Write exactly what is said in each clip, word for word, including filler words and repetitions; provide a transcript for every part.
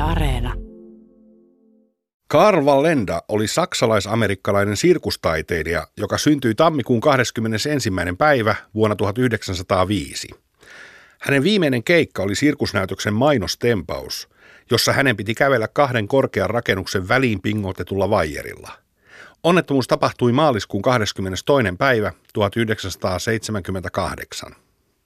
Areena. Karl Wallenda oli saksalais-amerikkalainen sirkustaiteilija, joka syntyi tammikuun kahdeskymmenesensimmäinen päivä vuonna tuhatyhdeksänsataaviisi. Hänen viimeinen keikka oli sirkusnäytöksen mainostempaus, jossa hänen piti kävellä kahden korkean rakennuksen väliin pingotetulla vaijerilla. Onnettomuus tapahtui maaliskuun kahdeskymmenestoinen päivä tuhatyhdeksänsataaseitsemänkymmentäkahdeksan.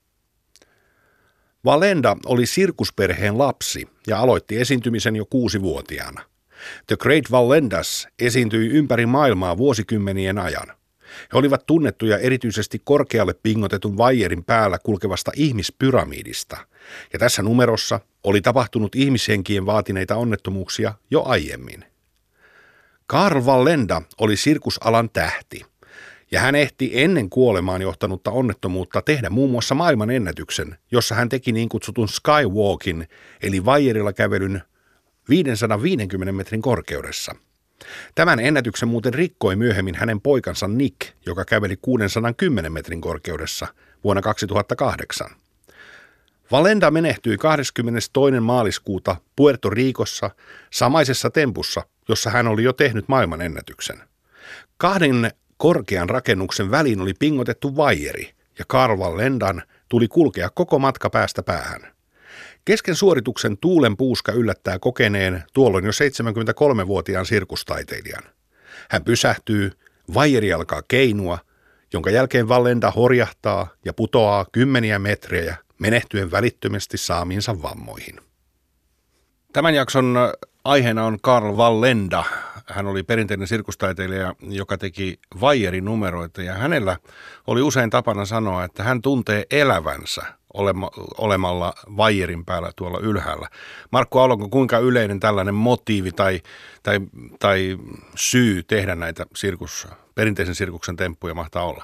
Wallenda oli sirkusperheen lapsi ja aloitti esiintymisen jo kuusivuotiaana. The Great Wallendas esiintyi ympäri maailmaa vuosikymmenien ajan. He olivat tunnettuja erityisesti korkealle pingotetun vaijerin päällä kulkevasta ihmispyramiidista, ja tässä numerossa oli tapahtunut ihmishenkien vaatineita onnettomuuksia jo aiemmin. Karl Wallenda oli sirkusalan tähti, ja hän ehti ennen kuolemaan johtanutta onnettomuutta tehdä muun muassa maailman ennätyksen, jossa hän teki niin kutsutun skywalkin, eli vaijerilla kävelyn viisisataaviisikymmentä metrin korkeudessa. Tämän ennätyksen muuten rikkoi myöhemmin hänen poikansa Nick, joka käveli kuusisataakymmenen metrin korkeudessa vuonna kaksituhattakahdeksan. Wallenda menehtyi kahdeskymmenestoinen maaliskuuta Puerto Ricossa samaisessa tempussa, jossa hän oli jo tehnyt maailman ennätyksen. Kahden korkean rakennuksen väliin oli pingotettu vaijeri, ja Karl Wallendan tuli kulkea koko matka päästä päähän. Kesken suorituksen tuulen puuska yllättää kokeneen tuolloin jo seitsemänkymmentäkolmevuotiaan sirkustaiteilijan. Hän pysähtyy, vaijeri alkaa keinua, jonka jälkeen Wallenda horjahtaa ja putoaa kymmeniä metrejä menehtyen välittömästi saamiinsa vammoihin. Tämän jakson aiheena on Karl Wallenda. Hän oli perinteinen sirkustaiteilija, joka teki vaijerinumeroita, ja hänellä oli usein tapana sanoa, että hän tuntee elävänsä olema, olemalla vaijerin päällä tuolla ylhäällä. Markku Aulonko, kuinka yleinen tällainen motiivi tai, tai, tai syy tehdä näitä sirkus, perinteisen sirkuksen temppuja mahtaa olla?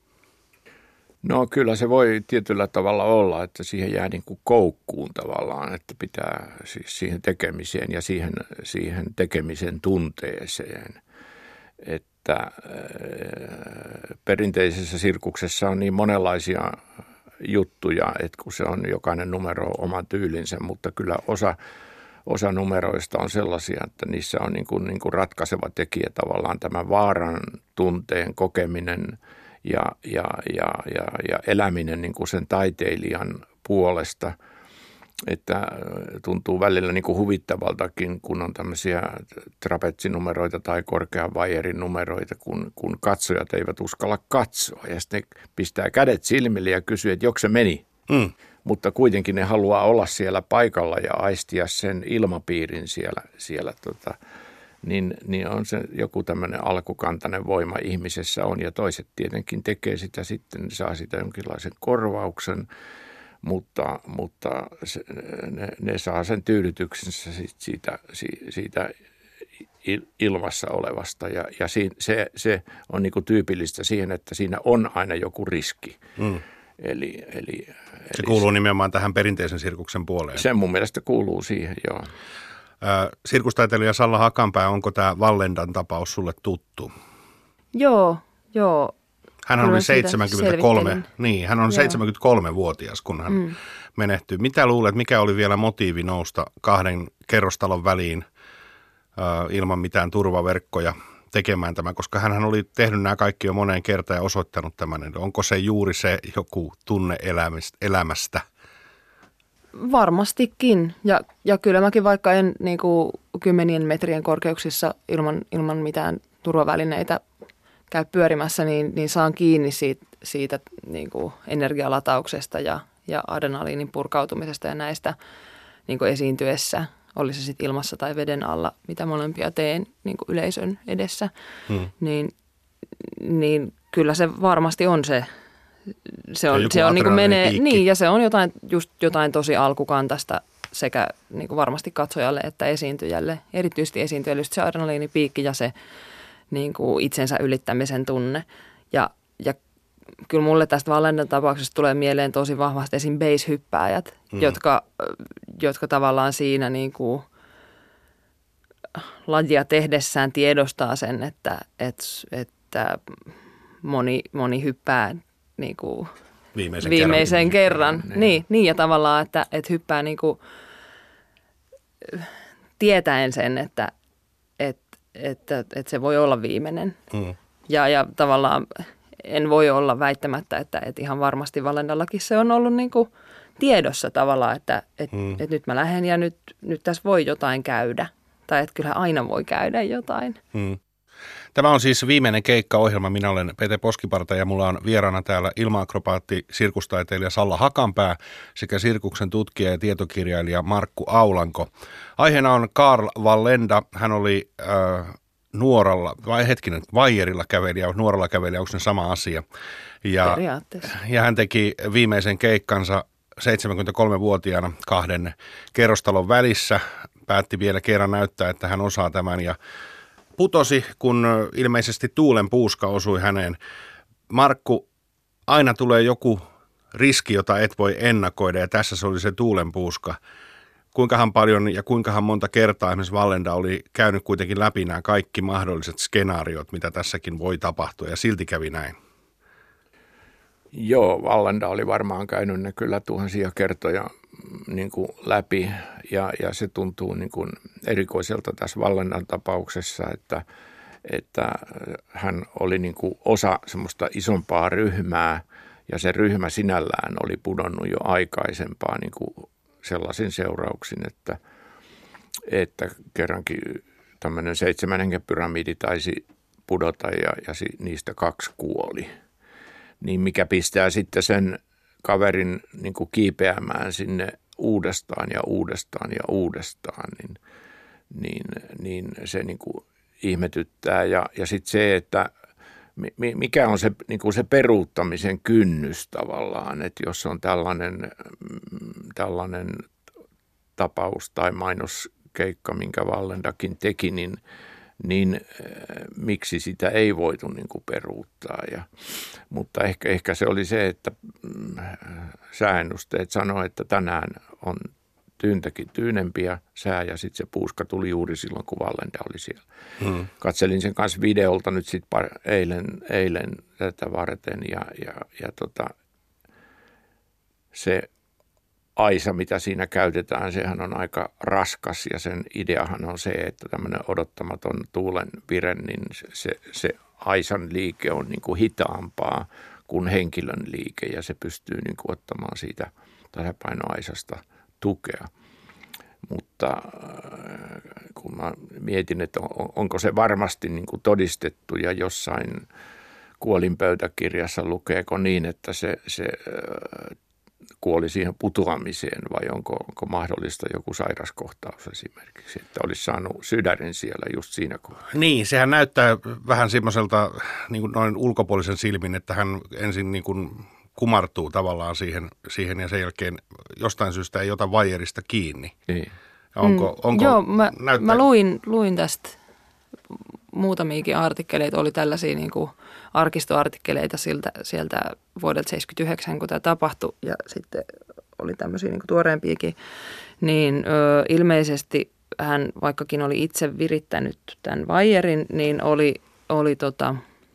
No kyllä se voi tietyllä tavalla olla, että siihen jää niin kuin koukkuun tavallaan, että pitää siis siihen tekemiseen ja siihen, siihen tekemisen tunteeseen. Että äh, perinteisessä sirkuksessa on niin monenlaisia juttuja, että kun se on jokainen numero oma tyylinsä, mutta kyllä osa, osa numeroista on sellaisia, että niissä on niin kuin, niin kuin ratkaiseva tekijä tavallaan tämä vaaran tunteen kokeminen ja, ja, ja, ja, ja eläminen niin kuin sen taiteilijan puolesta, että tuntuu välillä niin kuin huvittavaltakin, kun on tämmöisiä trapetsinumeroita tai korkean vaijerin numeroita, kun, kun katsojat eivät uskalla katsoa. Ja sitten ne pistää kädet silmille ja kysyy, että joko se meni. Mm. Mutta kuitenkin ne haluaa olla siellä paikalla ja aistia sen ilmapiirin siellä, siellä tota, niin, niin on se joku tämmöinen alkukantainen voima ihmisessä on. Ja toiset tietenkin tekee sitä sitten, saa sitä jonkinlaisen korvauksen. Mutta, mutta se, ne, ne saa sen tyydytyksensä siitä, siitä ilmassa olevasta ja, ja se, se on niin kuin tyypillistä siihen, että siinä on aina joku riski. Mm. Eli, eli, se eli kuuluu se, nimenomaan tähän perinteisen sirkuksen puoleen. Se mun mielestä kuuluu siihen, joo. Äh, sirkustaiteilija Salla Hakanpää, onko tämä Wallendan tapaus sulle tuttu? Joo, joo. Hän oli seitsemänkymmentäkolme, niin, hän on Joo. seitsemänkymmentäkolmevuotias, kun hän mm. menehtyi. Mitä luulet, mikä oli vielä motiivi nousta kahden kerrostalon väliin äh, ilman mitään turvaverkkoja tekemään tämä, koska hän oli tehnyt nämä kaikki jo moneen kertaan ja osoittanut tämän. Onko se juuri se joku tunne elämästä? Varmastikin. Ja, ja kyllä mäkin vaikka en niin kuin kymmenien metrien korkeuksissa ilman, ilman mitään turvavälineitä käy pyörimässä, niin, niin saan kiinni siitä, siitä niin kuin energialatauksesta ja, ja adrenaliinin purkautumisesta ja näistä niin kuin esiintyessä, oli se sitten ilmassa tai veden alla, mitä molempia teen niin kuin yleisön edessä, hmm. niin, niin kyllä se varmasti on se, se on, se on niin kuin menee, niin ja se on jotain, just jotain tosi alkukantaista sekä niin kuin varmasti katsojalle että esiintyjälle, erityisesti esiintyjälle just se adrenaliinipiikki ja se niin kuin itsensä ylittämisen tunne. Ja, ja kyllä mulle tästä Wallendan tapauksesta tulee mieleen tosi vahvasti esim. Base-hyppääjät, mm. jotka, jotka tavallaan siinä niin kuin lajia tehdessään tiedostaa sen, että, että, että moni, moni hyppää niin kuin viimeisen, viimeisen kerran. kerran. Niin, niin, ja tavallaan, että, että hyppää niin kuin tietäen sen, että, että, että, että se voi olla viimeinen. Mm. Ja, ja tavallaan en voi olla väittämättä, että, että ihan varmasti Wallendallakin se on ollut niin kuin tiedossa tavallaan, että, että, mm. että nyt mä lähden ja nyt, nyt tässä voi jotain käydä. Tai että kyllähän aina voi käydä jotain. Mm. Tämä on siis viimeinen keikkaohjelma. Minä olen Pete Poskiparta ja mulla on vieraana täällä ilma-akrobaatti, sirkustaiteilija Salla Hakanpää sekä sirkuksen tutkija ja tietokirjailija Markku Aulanko. Aiheena on Karl Wallenda. Hän oli äh, nuoralla, vai hetkinen, vaijerilla kävelijä, nuoralla kävelijä, onko ne sama asia? Ja, periaatteessa. Ja hän teki viimeisen keikkansa seitsemänkymmentäkolmevuotiaana kahden kerrostalon välissä. Päätti vielä kerran näyttää, että hän osaa tämän ja putosi, kun ilmeisesti tuulen puuska osui häneen. Markku, aina tulee joku riski, jota et voi ennakoida, ja tässä se oli se tuulen puuska. Kuinkahan paljon ja kuinkahan monta kertaa esimerkiksi Wallenda oli käynyt kuitenkin läpi nämä kaikki mahdolliset skenaariot, mitä tässäkin voi tapahtua, ja silti kävi näin? Joo, Wallenda oli varmaan käynyt ne kyllä tuhansia kertoja niin kuin läpi ja, ja se tuntuu niin kuin erikoiselta tässä Wallendan tapauksessa, että, että hän oli niin kuin osa semmoista isompaa ryhmää ja se ryhmä sinällään oli pudonnut jo aikaisempaa niin kuin sellaisin seurauksin, että, että kerrankin tämmöinen seitsemän hengen pyramidi taisi pudota ja, ja niistä kaksi kuoli. Niin mikä pistää sitten sen kaverin niin kuin kiipeämään sinne uudestaan ja uudestaan ja uudestaan, niin, niin, niin se niin kuin ihmetyttää. Ja, ja sitten se, että mikä on se, niin kuin se peruuttamisen kynnys tavallaan, että jos on tällainen, tällainen tapaus tai mainoskeikka, minkä Wallendakin teki, niin niin äh, miksi sitä ei voitu niin kuin peruuttaa. Ja, mutta ehkä, ehkä se oli se, että mm, sääennusteet sanoi, että tänään on tyyntäkin tyynempiä sää ja sitten se puuska tuli juuri silloin, kun Wallenda oli siellä. Hmm. Katselin sen kanssa videolta nyt sitten eilen, eilen tätä varten ja, ja, ja tota, se aisa, mitä siinä käytetään, sehän on aika raskas ja sen ideahan on se, että tämmöinen odottamaton tuulen vire, niin se, se aisan liike on niin kuin hitaampaa kuin henkilön liike ja se pystyy niin kuin ottamaan siitä tasapainoaisasta tukea. Mutta kun mä mietin, että onko se varmasti niin kuin todistettu ja jossain kuolinpöytäkirjassa lukeeko niin, että se, se kuoli siihen putoamiseen vai onko, onko mahdollista joku sairaskohtaus esimerkiksi, että olisi saanut sydärin siellä just siinä kohtaa. Niin, sehän näyttää vähän semmoiselta niin kuin noin ulkopuolisen silmin, että hän ensin niin kuin kumartuu tavallaan siihen, siihen ja sen jälkeen jostain syystä ei ota vaijerista kiinni. Niin. Onko, onko, Joo, mä, näyttää... mä luin, luin tästä muutamiakin artikkeleita, oli tällaisia niin kuin arkistoartikkeleita siltä, sieltä vuodelta seitsemänkymmentäyhdeksän, kun tämä tapahtui, ja sitten oli tämmöisiä niin kuin tuoreempiakin, niin ö, ilmeisesti hän, vaikkakin oli itse virittänyt tämän vaijerin, niin oli, oli tota,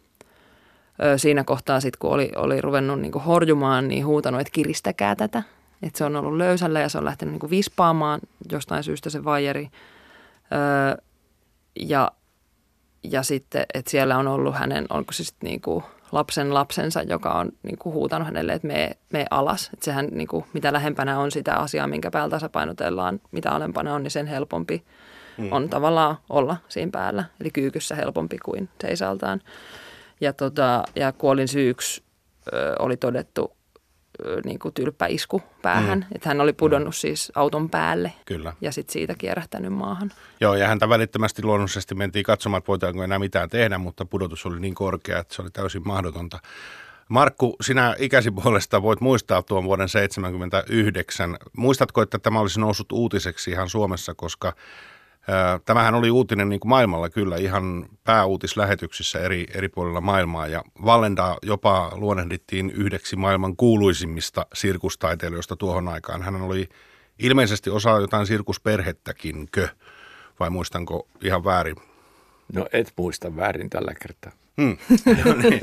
ö, siinä kohtaa sitten, kun oli, oli ruvennut niin kuin horjumaan, niin huutanut, että kiristäkää tätä. Että se on ollut löysällä ja se on lähtenyt niin kuin vispaamaan jostain syystä se vaijeri. Öö, ja, ja sitten, että siellä on ollut hänen, onko se sitten niin kuin lapsen lapsensa, joka on niin kuin huutanut hänelle, että mene, mene alas. Että sehän, niin kuin, mitä lähempänä on sitä asiaa, minkä päällä tasapainotellaan, mitä alempana on, niin sen helpompi hmm. on tavallaan olla siinä päällä. Eli kyykyssä helpompi kuin seisaltaan. Ja, tota, ja kuolin syyksi ö, oli todettu niin kuin tylppäisku päähän. Mm. Että hän oli pudonnut mm. siis auton päälle. Kyllä. Ja sitten siitä kierähtänyt maahan. Joo, ja häntä välittömästi luonnollisesti mentiin katsomaan, että voitaanko enää mitään tehdä, mutta pudotus oli niin korkea, että se oli täysin mahdotonta. Markku, sinä ikäsi puolesta voit muistaa tuon vuoden seitsemänkymmentäyhdeksän. Muistatko, että tämä olisi noussut uutiseksi ihan Suomessa, koska tämähän oli uutinen niin kuin maailmalla kyllä ihan pääuutislähetyksissä eri, eri puolilla maailmaa ja Wallendaa jopa luonnehdittiin yhdeksi maailman kuuluisimmista sirkustaiteilijoista tuohon aikaan. Hän oli ilmeisesti osa jotain sirkusperhettäkinkö, vai muistanko ihan väärin? No et muista väärin tällä kertaa. Hmm. No niin.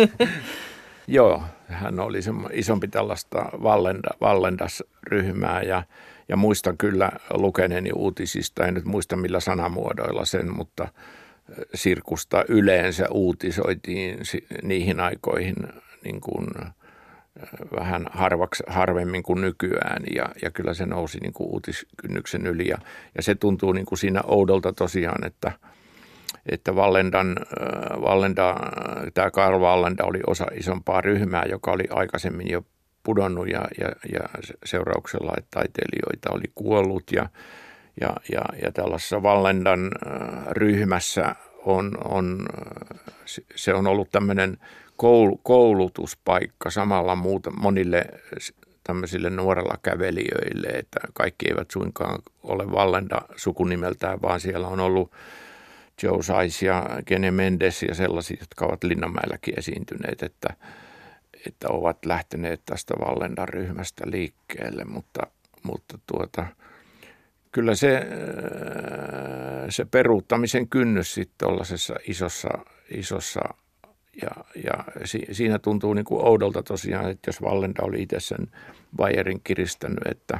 Joo, hän oli isompi tällaista Wallenda, Wallendas-ryhmää ja, ja muistan kyllä lukeneeni uutisista, en nyt muista millä sanamuodoilla sen, mutta sirkusta yleensä uutisoitiin niihin aikoihin niin kuin vähän harvaksi, harvemmin kuin nykyään ja, ja kyllä se nousi niin kuin uutiskynnyksen yli ja, ja se tuntuu niin kuin siinä oudolta tosiaan, että, että Wallendan, Wallenda, tämä Karl Wallenda oli osa isompaa ryhmää, joka oli aikaisemmin jo pudonnut ja, ja, ja seurauksella, että taiteilijoita oli kuollut ja, ja, ja, ja tällaisessa Wallendan ryhmässä on, on, se on ollut tämmöinen koulutuspaikka samalla muuta monille tämmöisille nuorella kävelijöille, että kaikki eivät suinkaan ole Wallenda sukunimeltään, vaan siellä on ollut Joe Saiz ja Gene Mendes ja sellaisia, jotka ovat Linnanmäelläkin esiintyneet, että, että ovat lähteneet tästä Wallendan ryhmästä liikkeelle, mutta, mutta tuota, kyllä se, se peruuttamisen kynnys sitten tuollaisessa isossa, isossa ja, ja siinä tuntuu niin kuin oudolta tosiaan, että jos Wallenda oli itse sen Bayerin kiristänyt, että,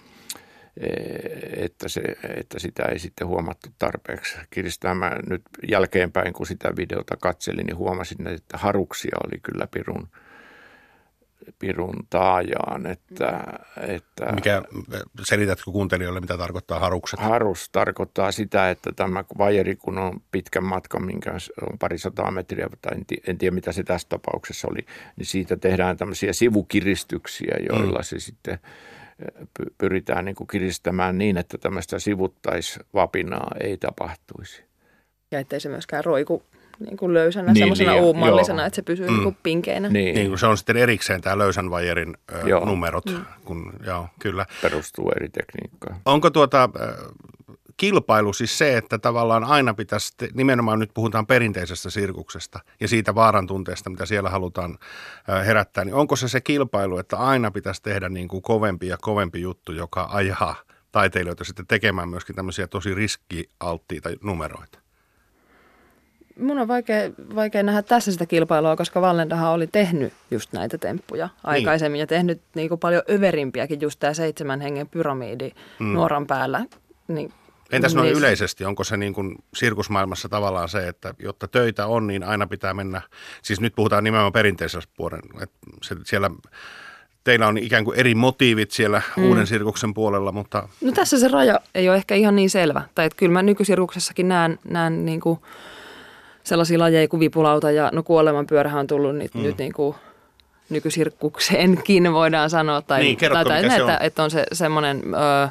että, se, että sitä ei sitten huomattu tarpeeksi kiristää. Mä nyt jälkeenpäin, kun sitä videota katselin, niin huomasin, että haruksia oli kyllä pirun, pirun taajaan. Että, että Mikä, selitätkö kuuntelijoille, mitä tarkoittaa harukset? Harus tarkoittaa sitä, että tämä vajeri, kun on pitkän matkan, minkä on pari sataa metriä, tai en tiedä mitä se tässä tapauksessa oli, niin siitä tehdään tämmöisiä sivukiristyksiä, joilla mm. se sitten pyritään niin kuin kiristämään niin, että tämmöistä sivuttaisvapinaa ei tapahtuisi. Ja ettei se myöskään roiku niin kuin löysänä, niin, semmoisena niin, uumallisena, joo. Että se pysyy mm. niin kuin pinkeinä. Niin. niin kuin se on sitten erikseen tämä löysän vajerin ö, numerot. Mm. Kun, joo, kyllä. Perustuu eri tekniikkaan. Onko tuota kilpailu siis se, että tavallaan aina pitäisi, nimenomaan nyt puhutaan perinteisestä sirkuksesta ja siitä vaarantunteesta, mitä siellä halutaan herättää, niin onko se se kilpailu, että aina pitäisi tehdä niin kuin kovempi ja kovempi juttu, joka ajaa taiteilijoita sitten tekemään myöskin tämmöisiä tosi riskialttiita numeroita? Mun on vaikea, vaikea nähdä tässä sitä kilpailua, koska Wallendahan oli tehnyt just näitä temppuja aikaisemmin niin. Ja tehnyt niin kuin paljon överimpiäkin, just tämä seitsemän hengen pyramidi mm. nuoran päällä. Niin, entäs noin niin, yleisesti, onko se niin kuin sirkusmaailmassa tavallaan se, että jotta töitä on, niin aina pitää mennä, siis nyt puhutaan nimenomaan perinteisessä puolen, että se, siellä teillä on ikään kuin eri motiivit siellä mm. uuden sirkuksen puolella, mutta no tässä se raja ei ole ehkä ihan niin selvä, tai että kyllä mä nykysirkuksessakin näen, näen niin kuin sellaisia lajeja kuin vipulauta ja no kuolemanpyörähän on tullut nyt, mm. nyt niin kuin nykysirkukseenkin voidaan sanoa. Tai, niin, kerrotko tai, mikä että, se on? Että, että on se semmoinen ö,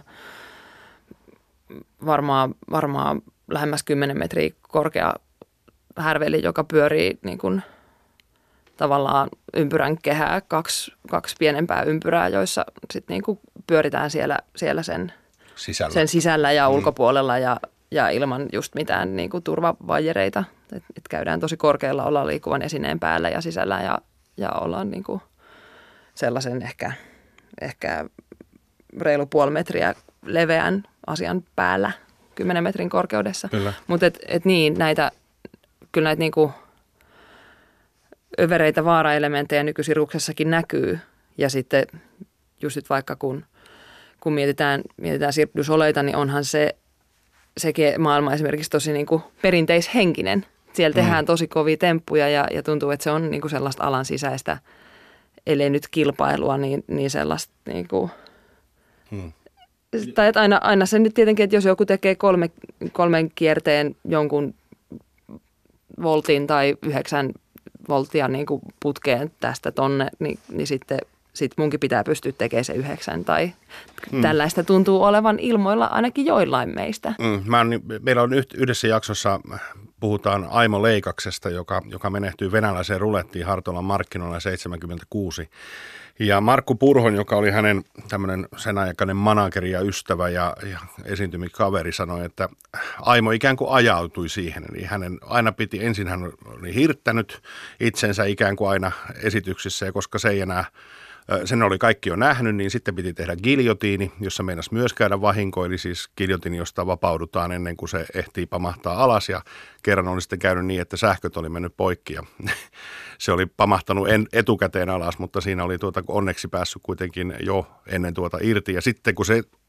varmaan, varmaan lähemmäs kymmenen metriä korkea härveli, joka pyörii niin kuin tavallaan ympyrän kehää, kaksi, kaksi pienempää ympyrää, joissa sitten niin kuin pyöritään siellä, siellä sen, sisällä. sen sisällä ja mm. ulkopuolella ja Ja ilman just mitään niin kuin turvavajereita. Et, et käydään tosi korkealla, ollaan liikkuvan esineen päällä ja sisällä ja, ja ollaan niin kuin sellaisen ehkä, ehkä reilu puoli metriä leveän asian päällä kymmenen metrin korkeudessa. Mutta et, et niin, näitä, kyllä näitä niin kuin övereitä vaaraelementtejä nykysirkuksessakin näkyy. Ja sitten just nyt vaikka kun, kun mietitään, mietitään Cirque du Soleilta, niin onhan se sekin maailma esimerkiksi tosi niin kuin perinteishenkinen. Siellä tehdään mm. tosi kovia temppuja ja, ja tuntuu, että se on niin kuin sellaista alan sisäistä, ellei nyt kilpailua, niin, niin sellaista niin kuin, mm. tai että aina, aina se nyt tietenkin, että jos joku tekee kolme, kolmen kierteen jonkun voltin tai yhdeksän volttia niin kuin putkeen tästä tonne, niin, niin sitten sitten munkin pitää pystyä tekemään se yhdeksän tai mm. tällaista tuntuu olevan ilmoilla ainakin joillain meistä. Mm. Mä on, meillä on yhdessä jaksossa, puhutaan Aimo Leikaksesta, joka, joka menehtyy venäläiseen rulettiin Hartolan markkinoilla seitsemänkymmentäkuusi. Ja Markku Purhon, joka oli hänen tämmöinen sen aikainen manageri ja ystävä ja, ja esiintymikaveri, sanoi, että Aimo ikään kuin ajautui siihen. Eli hänen aina piti, ensin hän oli hirttänyt itsensä ikään kuin aina esityksissä, ja koska se ei enää sen oli kaikki jo nähnyt, niin sitten piti tehdä giljotiini, jossa meinasi myös käydä vahinko, eli siis giljotiini, josta vapaudutaan ennen kuin se ehtii pamahtaa alas, ja kerran oli sitten käynyt niin, että sähköt oli mennyt poikki, ja se oli pamahtanut en, etukäteen alas, mutta siinä oli tuota onneksi päässyt kuitenkin jo ennen tuota irti, ja sitten kun se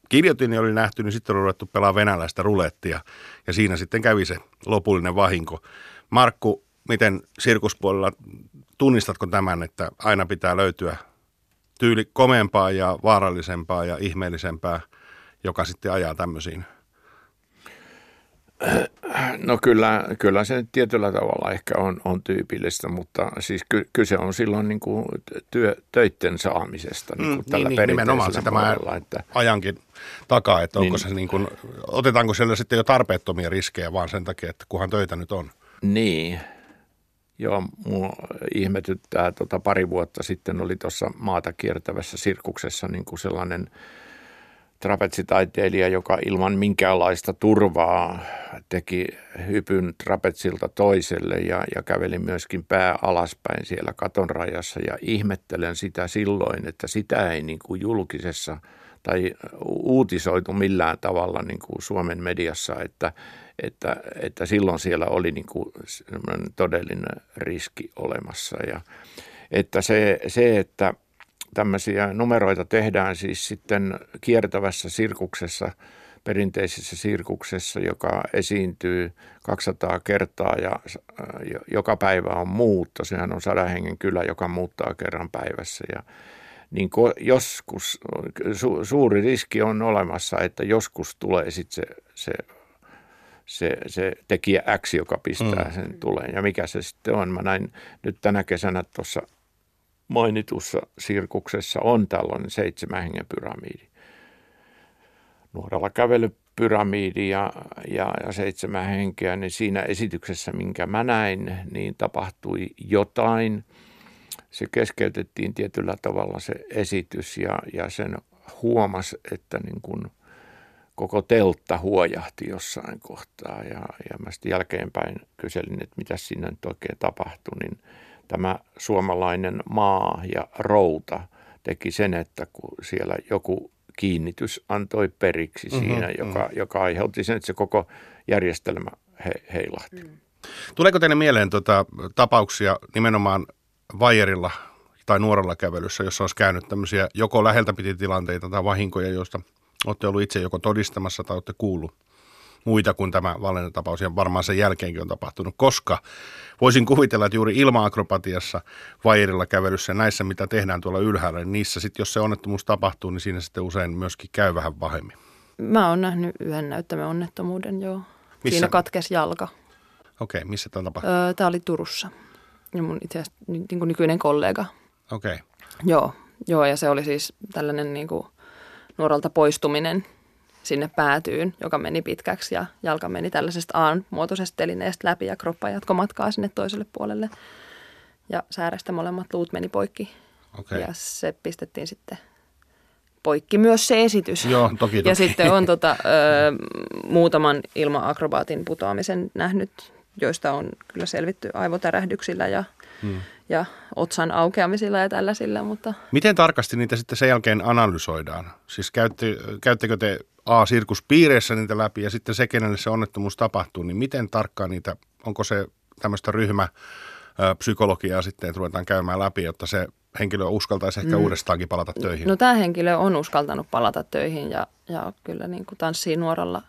giljotiini oli nähty, niin sitten on ruvettu pelaamaan venäläistä rulettia ja siinä sitten kävi se lopullinen vahinko. Markku, miten sirkuspuolella, tunnistatko tämän, että aina pitää löytyä tyyli komeampaa ja vaarallisempaa ja ihmeellisempää, joka sitten ajaa tämmöisiin? No kyllä, kyllä se tietyllä tavalla ehkä on, on tyypillistä, mutta siis ky, kyse on silloin niin kuin työ, töitten saamisesta niin kuin mm, tällä niin, nimenomaan se tämä että, ajankin takaa, että onko niin, se niin kuin, otetaanko siellä sitten jo tarpeettomia riskejä vaan sen takia, että kunhan töitä nyt on. Niin, joo, mua ihmetyttää, tota, pari vuotta sitten oli tuossa maata kiertävässä sirkuksessa niin kuin sellainen trapetsitaiteilija, joka ilman minkäänlaista turvaa teki hypyn trapetsilta toiselle ja, ja käveli myöskin pää alaspäin siellä katon rajassa. Ja ihmettelen sitä silloin, että sitä ei niin kuin julkisessa tai uutisoitu millään tavalla niin kuin Suomen mediassa, että, että, että silloin siellä oli niin kuin todellinen riski olemassa. Ja että se, se että tämmöisiä numeroita tehdään siis sitten kiertävässä sirkuksessa, perinteisessä sirkuksessa, joka esiintyy kaksisataa kertaa ja joka päivä on muutto. Sehän on sadan hengen kylä, joka muuttaa kerran päivässä. Ja niin joskus su, suuri riski on olemassa, että joskus tulee sitten se, se, se, se tekijä X, joka pistää sen tuleen. Ja mikä se sitten on? Mä näin nyt tänä kesänä tuossa mainitussa sirkuksessa on tällainen seitsemän hengen pyramiidi. Nuoralla kävelypyramiidi ja, ja, ja seitsemän henkeä, niin siinä esityksessä, minkä mä näin, niin tapahtui jotain. Se keskeytettiin tietyllä tavalla se esitys ja, ja sen huomasi, että niin kuin koko teltta huojahti jossain kohtaa. Ja, ja mä sitten jälkeenpäin kyselin, että mitä siinä nyt oikein tapahtui, niin tämä suomalainen maa ja routa teki sen, että kun siellä joku kiinnitys antoi periksi mm-hmm, siinä, joka, mm-hmm. joka aiheutti sen, että se koko järjestelmä he, heilahti. Mm. Tuleeko teille mieleen tuota, tapauksia nimenomaan vaijerilla tai nuoralla kävelyssä, jossa olisi käynyt tämmöisiä joko läheltä piti tilanteita tai vahinkoja, joista olette ollut itse joko todistamassa tai olette kuullut muita kuin tämä Vallenda-tapaus, ja varmaan sen jälkeenkin on tapahtunut, koska voisin kuvitella, että juuri ilma-akrobatiassa, vaijerilla kävelyssä ja näissä, mitä tehdään tuolla ylhäällä, niin niissä sitten, jos se onnettomuus tapahtuu, niin siinä sitten usein myöskin käy vähän pahemmin. Mä oon nähnyt yhden näyttämön onnettomuuden, joo. Missä? Siinä katkesi jalka. Okei, okay, missä tämä tapahtui? Öö, tämä oli Turussa, ja mun itse asiassa niin kuin nykyinen kollega. Okei. Okay. Joo, joo, ja se oli siis tällainen niin kuin nuoralta poistuminen sinne päätyyn, joka meni pitkäksi ja jalka meni tällaisesta A-muotoisesta telineestä läpi ja kroppa jatkoi matkaa sinne toiselle puolelle. Ja säärestä molemmat luut meni poikki okay. Ja se pistettiin sitten poikki myös se esitys. Joo, toki, toki. Ja sitten on tota, ö, muutaman ilma-akrobaatin putoamisen nähnyt, joista on kyllä selvitty aivotärähdyksillä ja, hmm. ja otsan aukeamisilla ja tällaisilla. Mutta miten tarkasti niitä sitten sen jälkeen analysoidaan? Siis käytte, käyttekö te A, sirkuspiireissä niitä läpi ja sitten se, kenelle se onnettomuus tapahtuu, niin miten tarkkaan niitä, onko se tämmöistä ryhmäpsykologiaa sitten, että ruvetaan käymään läpi, jotta se henkilö uskaltaisi ehkä mm. uudestaankin palata töihin? No tämä henkilö on uskaltanut palata töihin ja, ja kyllä niin kuin tanssii nuoralla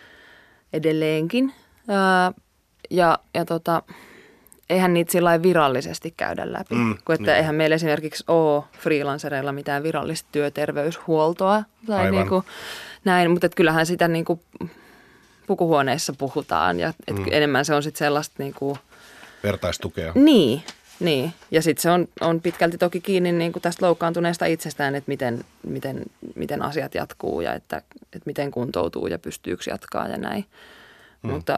edelleenkin. Ää, ja ja tota, eihän niitä sillä lailla virallisesti käydä läpi, mm, kun että niin. Eihän meillä esimerkiksi ole freelancereilla mitään virallista työterveyshuoltoa tai niin kuin näin, mutta että kyllähän sitä niin kuin pukuhuoneissa puhutaan ja että mm. enemmän se on sitten sellaista niin kuin vertaistukea. Niin, niin. Ja sitten se on, on pitkälti toki kiinni niin kuin tästä loukkaantuneesta itsestään, että miten, miten, miten asiat jatkuu ja että, että miten kuntoutuu ja pystyykö jatkaa ja näin. Mm. Mutta,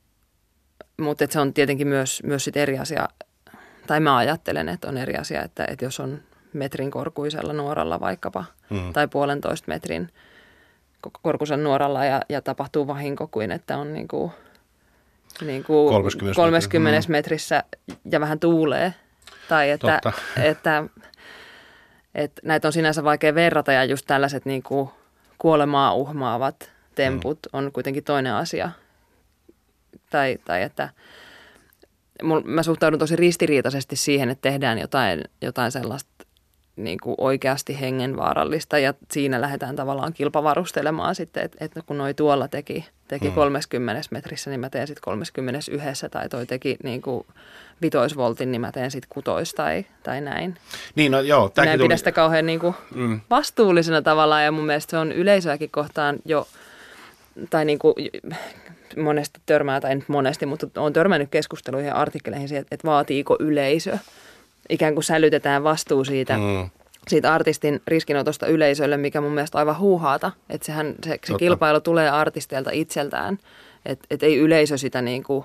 mutta että se on tietenkin myös, myös sit eri asia, tai mä ajattelen, että on eri asia, että, että jos on metrin korkuisella nuoralla vaikkapa mm. tai puolentoista metrin korkuisen nuoralla ja, ja tapahtuu vahinko kuin, että on niin kuin, niin kuin kolmekymmentä metrissä ja vähän tuulee. Tai että, että, että, että näitä on sinänsä vaikea verrata ja just tällaiset niin kuin kuolemaa uhmaavat temput mm. on kuitenkin toinen asia. Tai, tai että mä suhtaudun tosi ristiriitaisesti siihen, että tehdään jotain, jotain sellaista niin kuin oikeasti hengenvaarallista ja siinä lähdetään tavallaan kilpavarustelemaan sitten, että, että kun noi tuolla teki, teki hmm. kolmekymmentä metrissä, niin mä teen sitten kolmekymmentäyksi tai toi teki niin kuin vitoisvoltin, niin mä teen sitten kutois tai, tai näin. Niin, no joo. Minä en tuli... pidä sitä kauhean niin kuin mm. vastuullisena tavallaan ja mun mielestä se on yleisöäkin kohtaan jo, tai niin kuin monesti törmää, tai nyt monesti, mutta olen törmännyt keskusteluihin ja artikkeleihin siitä, että vaatiiko yleisö. Ikään kuin sälytetään vastuu siitä, mm. siitä artistin riskinotosta yleisölle, mikä mun mielestä on aivan huuhaata. Että sehän, se, se kilpailu tulee artisteilta itseltään. Että et ei yleisö sitä niin kuin,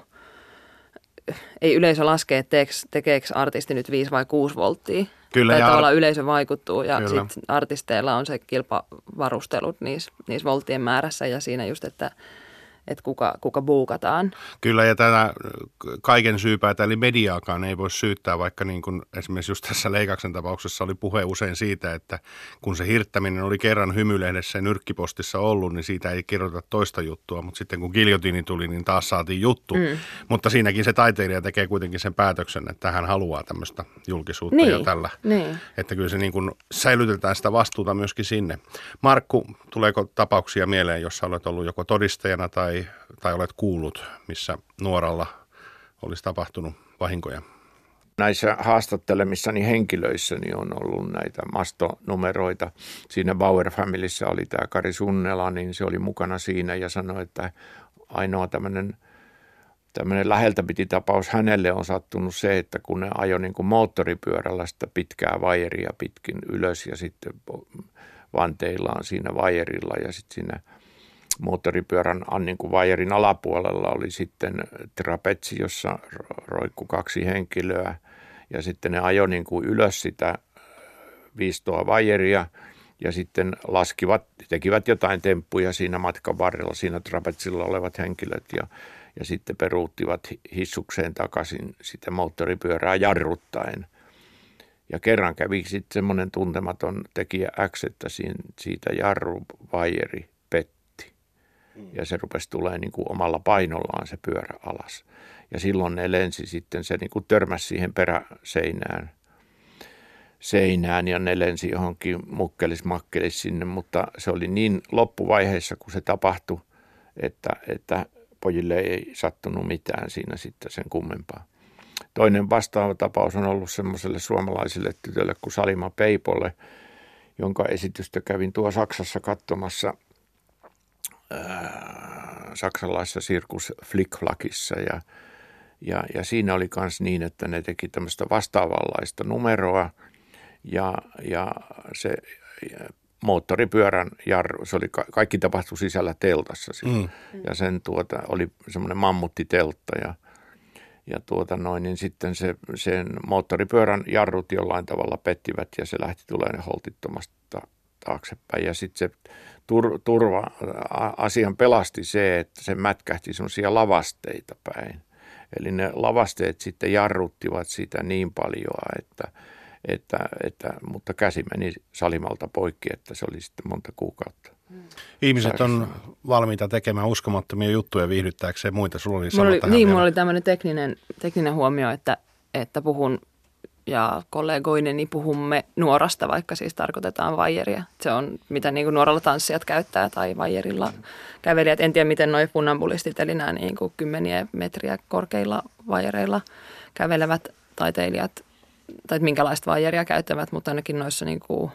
ei yleisö laske, että tekeekö artisti nyt viisi vai kuusi volttia. Kyllä, tai tavallaan ar- yleisö vaikuttuu ja sitten artisteilla on se kilpavarustelut niissä, niissä volttien määrässä ja siinä just, että että kuka, kuka buukataan. Kyllä, ja tätä kaiken syypäätä, eli mediaakaan ei voi syyttää, vaikka niin kuin esimerkiksi just tässä Leikaksen tapauksessa oli puhe usein siitä, että kun se hirttäminen oli kerran Hymylehdessä ja Nyrkkipostissa ollut, niin siitä ei kirjoita toista juttua, mutta sitten kun giljotiini tuli, niin taas saatiin juttu. Mm. Mutta siinäkin se taiteilija tekee kuitenkin sen päätöksen, että hän haluaa tämmöistä julkisuutta niin, ja tällä. Niin. Että kyllä se niin kuin säilytetään sitä vastuuta myöskin sinne. Markku, tuleeko tapauksia mieleen, jossa olet ollut joko todistajana tai Tai, tai olet kuullut, missä nuoralla olisi tapahtunut vahinkoja? Näissä haastattelemissani henkilöissäni on ollut näitä mastonumeroita. Siinä Bauer Familyssä oli tämä Kari Sunnela, niin se oli mukana siinä ja sanoi, että ainoa tämmöinen, tämmöinen läheltä piti tapaus hänelle on sattunut se, että kun ne ajoi niin kuin moottoripyörällä sitä pitkää vaijeria pitkin ylös ja sitten vanteillaan siinä vaijerilla ja sitten siinä moottoripyörän niin kuin vaijerin alapuolella oli sitten trapetsi, jossa roikkui kaksi henkilöä ja sitten ne ajoi niin kuin ylös sitä viistoa vaijeria ja sitten laskivat, tekivät jotain temppuja siinä matkan varrella, siinä trapetsilla olevat henkilöt ja, ja sitten peruuttivat hissukseen takaisin sitä moottoripyörää jarruttaen. Ja kerran kävi sitten semmoinen tuntematon tekijä X, että siitä jarruvaijeri petti. Ja se rupesi tulemaan niin kuin omalla painollaan se pyörä alas. Ja silloin ne lensi sitten, se niin kuin törmäsi siihen peräseinään seinään ja ne lensi johonkin mukkelis-makkelis sinne. Mutta se oli niin loppuvaiheessa, kun se tapahtui, että, että pojille ei sattunut mitään siinä sitten sen kummempaa. Toinen vastaava tapaus on ollut semmoiselle suomalaiselle tytölle kuin Salima Peipolle, jonka esitystä kävin tuo Saksassa katsomassa saksalaisessa Sirkus Flickflackissa ja, ja, ja siinä oli myös niin, että ne teki tämmöistä vastaavanlaista numeroa ja, ja se moottoripyörän jarru, se oli, kaikki tapahtui sisällä teltassa mm. ja sen tuota oli semmoinen mammuttiteltta ja, ja tuota noin, niin sitten se, sen moottoripyörän jarrut jollain tavalla pettivät ja se lähti tulemaan holtittomasti taaksepäin ja sitten se tur, turva-asian pelasti se, että se mätkähti semmoisia lavasteita päin. Eli ne lavasteet sitten jarruttivat sitä niin paljon, että, että, että, mutta käsi meni Salimalta poikki, että se oli sitten monta kuukautta. Ihmiset on valmiita tekemään uskomattomia juttuja viihdyttääkseen muita. Sulla oli mulla oli, niin, mulla oli tämmöinen tekninen, tekninen huomio, että, että puhun ja kollegoineni puhumme nuorasta, vaikka siis tarkoitetaan vaijeria. Se on, mitä niin kuin nuoralla tanssijat käyttää tai vaijerilla kävelijät. En tiedä, miten noi funambulistit, eli nämä niin kuin kymmeniä metriä korkeilla vaijereilla kävelevät taiteilijat, tai minkälaista vaijeria käyttävät, mutta ainakin noissa niin kuin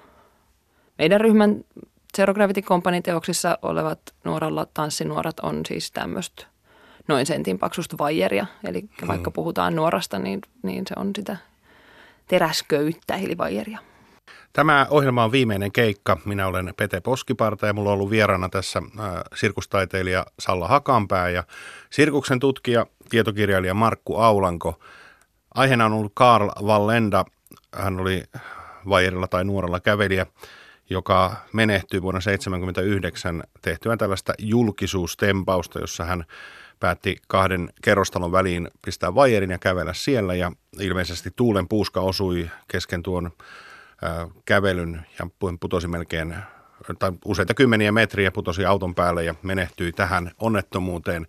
meidän ryhmän Zero Gravity Companyn teoksissa olevat nuoralla tanssinuorat on siis tämmöistä noin sentin paksusta vaijeria. Eli hmm. vaikka puhutaan nuorasta, niin, niin se on sitä teräsköyttä, eli vaijeria. Tämä ohjelma on viimeinen keikka. Minä olen Pete Poskiparta ja mulla on ollut vieraana tässä äh, sirkustaiteilija Salla Hakanpää ja sirkuksen tutkija, tietokirjailija Markku Aulanko. Aiheena on ollut Karl Wallenda. Hän oli vaijerilla tai nuorella kävelijä, joka menehtyi vuonna seitsemänkymmentäyhdeksän tehtyään tällaista julkisuustempausta, jossa hän päätti kahden kerrostalon väliin pistää vaijerin ja kävellä siellä ja ilmeisesti tuulen puuska osui kesken tuon ää, kävelyn ja putosi melkein, tai useita kymmeniä metriä putosi auton päälle ja menehtyi tähän onnettomuuteen.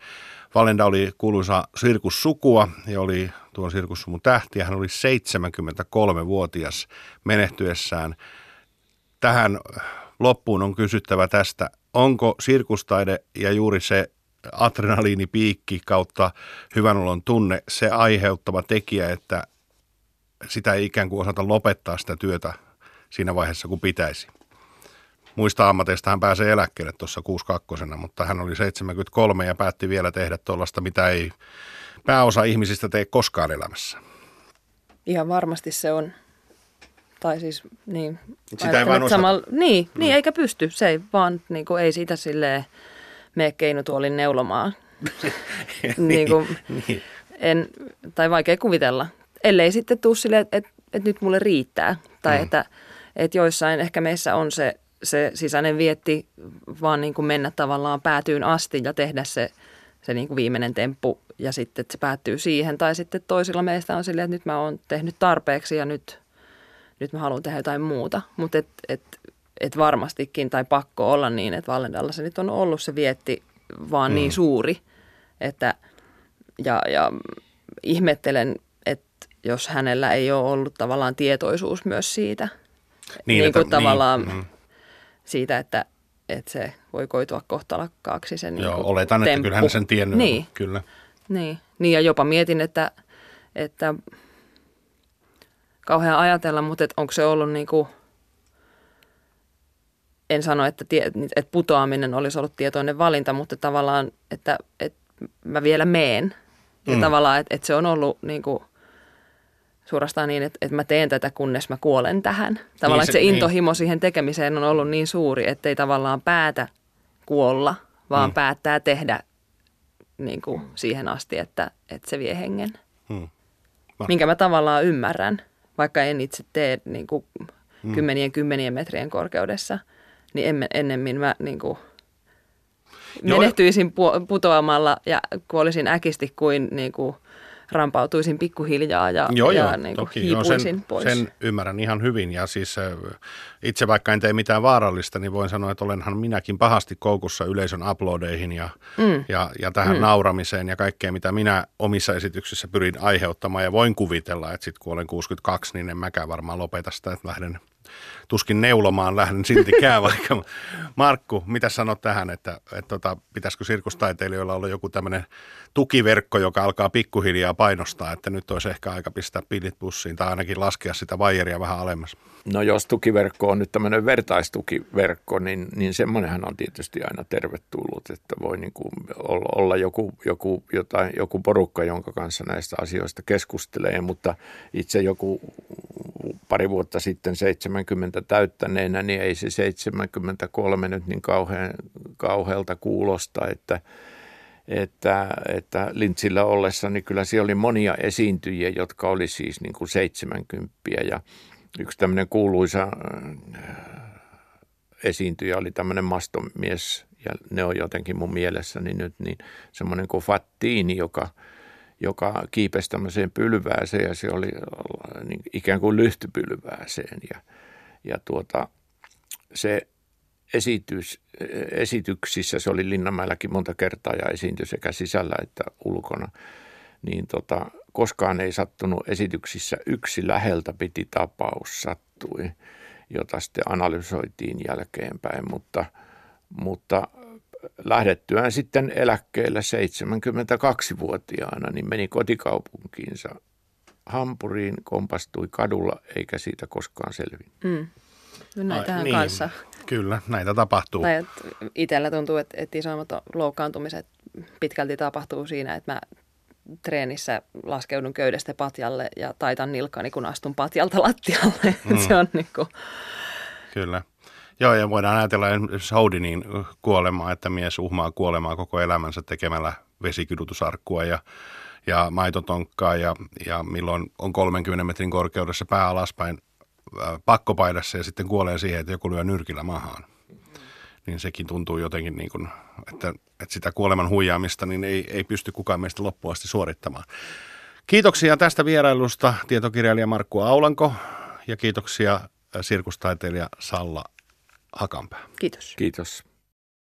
Vallenda oli kuuluisa sirkussukua ja oli tuon sirkussuvun tähti ja hän oli seitsemänkymmentäkolmevuotias menehtyessään. Tähän loppuun on kysyttävä tästä, onko sirkustaide ja juuri se adrenaliinipiikki kautta hyvän olon tunne se aiheuttava tekijä, että sitä ei ikään kuin osata lopettaa sitä työtä siinä vaiheessa, kun pitäisi. Muista ammateista hän pääsee eläkkeelle tuossa kuusikymmentäkaksi, mutta hän oli seitsemänkymmentäkolme ja päätti vielä tehdä tuollaista, mitä ei pääosa ihmisistä tee koskaan elämässä. Ihan varmasti se on. Tai siis niin. Sitä ei vaan samalla, niin, mm. niin, eikä pysty. Se ei vaan, niin kuin, ei sitä silleen mene keinutuolin neulomaan. niin, kuin, niin. En, tai vaikea kuvitella. Ellei sitten tule silleen, että, että, että nyt mulle riittää. Tai mm. että, että joissain ehkä meissä on se, se sisäinen vietti vaan niin kuin mennä tavallaan päätyyn asti ja tehdä se, se niin kuin viimeinen temppu ja sitten että se päättyy siihen. Tai sitten toisilla meistä on silleen, että nyt mä oon tehnyt tarpeeksi ja nyt, nyt mä haluan tehdä jotain muuta. Mutta et, et, et varmastikin tai pakko olla niin, että Vallendalla se nyt on ollut se vietti vaan mm. niin suuri. Että, ja, ja ihmettelen, että jos hänellä ei ole ollut tavallaan tietoisuus myös siitä. Niin, niin kuin että, tavallaan niin, mm. siitä, että, että se voi koitua kohtalakkaaksi sen Joo, niin oletan, temppu. että kyllä hän sen tiennyt. Niin. Kyllä. Niin. niin, ja jopa mietin, että, että kauhean ajatella, mutta että onko se ollut niin kuin, en sano, että, tie, että putoaminen olisi ollut tietoinen valinta, mutta tavallaan, että, että mä vielä meen. Ja mm. tavallaan, että, että se on ollut niin kuin, suorastaan niin, että, että mä teen tätä, kunnes mä kuolen tähän. Tavallaan, niin se, että se intohimo niin. siihen tekemiseen on ollut niin suuri, että ei tavallaan päätä kuolla, vaan mm. päättää tehdä niin kuin siihen asti, että, että se vie hengen. Mm. Minkä mä tavallaan ymmärrän, vaikka en itse tee niin kuin mm. kymmenien kymmenien metrien korkeudessa, niin en, ennemmin mä niin kuin menehtyisin putoamalla ja kuolisin äkisti kuin, niin kuin rampautuisin pikkuhiljaa ja, joo, ja joo, niin kuin toki, hiipuisin sen, pois. Sen ymmärrän ihan hyvin ja siis itse vaikka en tee mitään vaarallista, niin voin sanoa, että olenhan minäkin pahasti koukussa yleisön aplodeihin ja, mm. ja, ja tähän mm. nauramiseen ja kaikkeen, mitä minä omissa esityksissä pyrin aiheuttamaan ja voin kuvitella, että sitten kun olen kuusikymmentäkaksi, niin en mäkään varmaan lopeta sitä, että lähden tuskin neulomaan, lähden siltikään vaikka. Markku, mitä sanot tähän, että, että, että, että pitäisikö sirkustaiteilijoilla olla joku tämmöinen tukiverkko, joka alkaa pikkuhiljaa painostaa, että nyt olisi ehkä aika pistää pillit pussiin tai ainakin laskea sitä vaijeria vähän alemmas? No jos tukiverkko on nyt tämmöinen vertaistukiverkko, niin, niin semmoinenhan on tietysti aina tervetullut, että voi niin kuin olla, olla joku, joku, jotain, joku porukka, jonka kanssa näistä asioista keskustelee, mutta itse joku pari vuotta sitten seitsemänkymmentä täyttäneenä, niin ei se seitsemänkymmentäkolme nyt niin kauhean, kauhealta kuulosta, että Että, että Lintsillä ollessa, niin kyllä siellä oli monia esiintyjiä, jotka oli siis niin kuin seitsemänkymppiä ja yksi tämmöinen kuuluisa esiintyjä oli tämmöinen mastomies ja ne on jotenkin mun mielessäni nyt niin semmoinen kuin Fattiini, joka, joka kiipesi tämmöiseen pylvääseen ja se oli niin ikään kuin lyhtypylvääseen ja, ja tuota se Esitys, esityksissä, se oli Linnanmäelläkin monta kertaa ja esiintyi sekä sisällä että ulkona, niin tota, koskaan ei sattunut esityksissä yksi läheltä piti tapaus sattui, jota sitten analysoitiin jälkeenpäin, mutta, mutta lähdettyään sitten eläkkeelle seitsemänkymmentäkaksivuotiaana, niin meni kotikaupunkiinsa Hampuriin, kompastui kadulla eikä siitä koskaan selvinnyt. Mm. Näitähän niin, kanssa. Kyllä, näitä tapahtuu. Tai itsellä tuntuu, että, että isommat loukkaantumiset pitkälti tapahtuu siinä, että mä treenissä laskeudun köydestä patjalle ja taitan nilkkani, kun astun patjalta lattialle. Mm. Se on niin kuin... Kyllä. Joo, ja voidaan ajatella esimerkiksi Houdinin kuolemaa, että mies uhmaa kuolemaa koko elämänsä tekemällä vesikidutusarkkua ja, ja maitotonkkaa ja, ja milloin on kolmenkymmenen metrin korkeudessa pää alaspäin pakkopaidassa ja sitten kuolee siihen, että joku lyö nyrkillä mahaan. Niin sekin tuntuu jotenkin niin kuin, että, että sitä kuoleman huijaamista niin ei, ei pysty kukaan meistä loppuun asti suorittamaan. Kiitoksia tästä vierailusta tietokirjailija Markku Aulanko ja kiitoksia sirkustaiteilija Salla Hakanpää. Kiitos. Kiitos.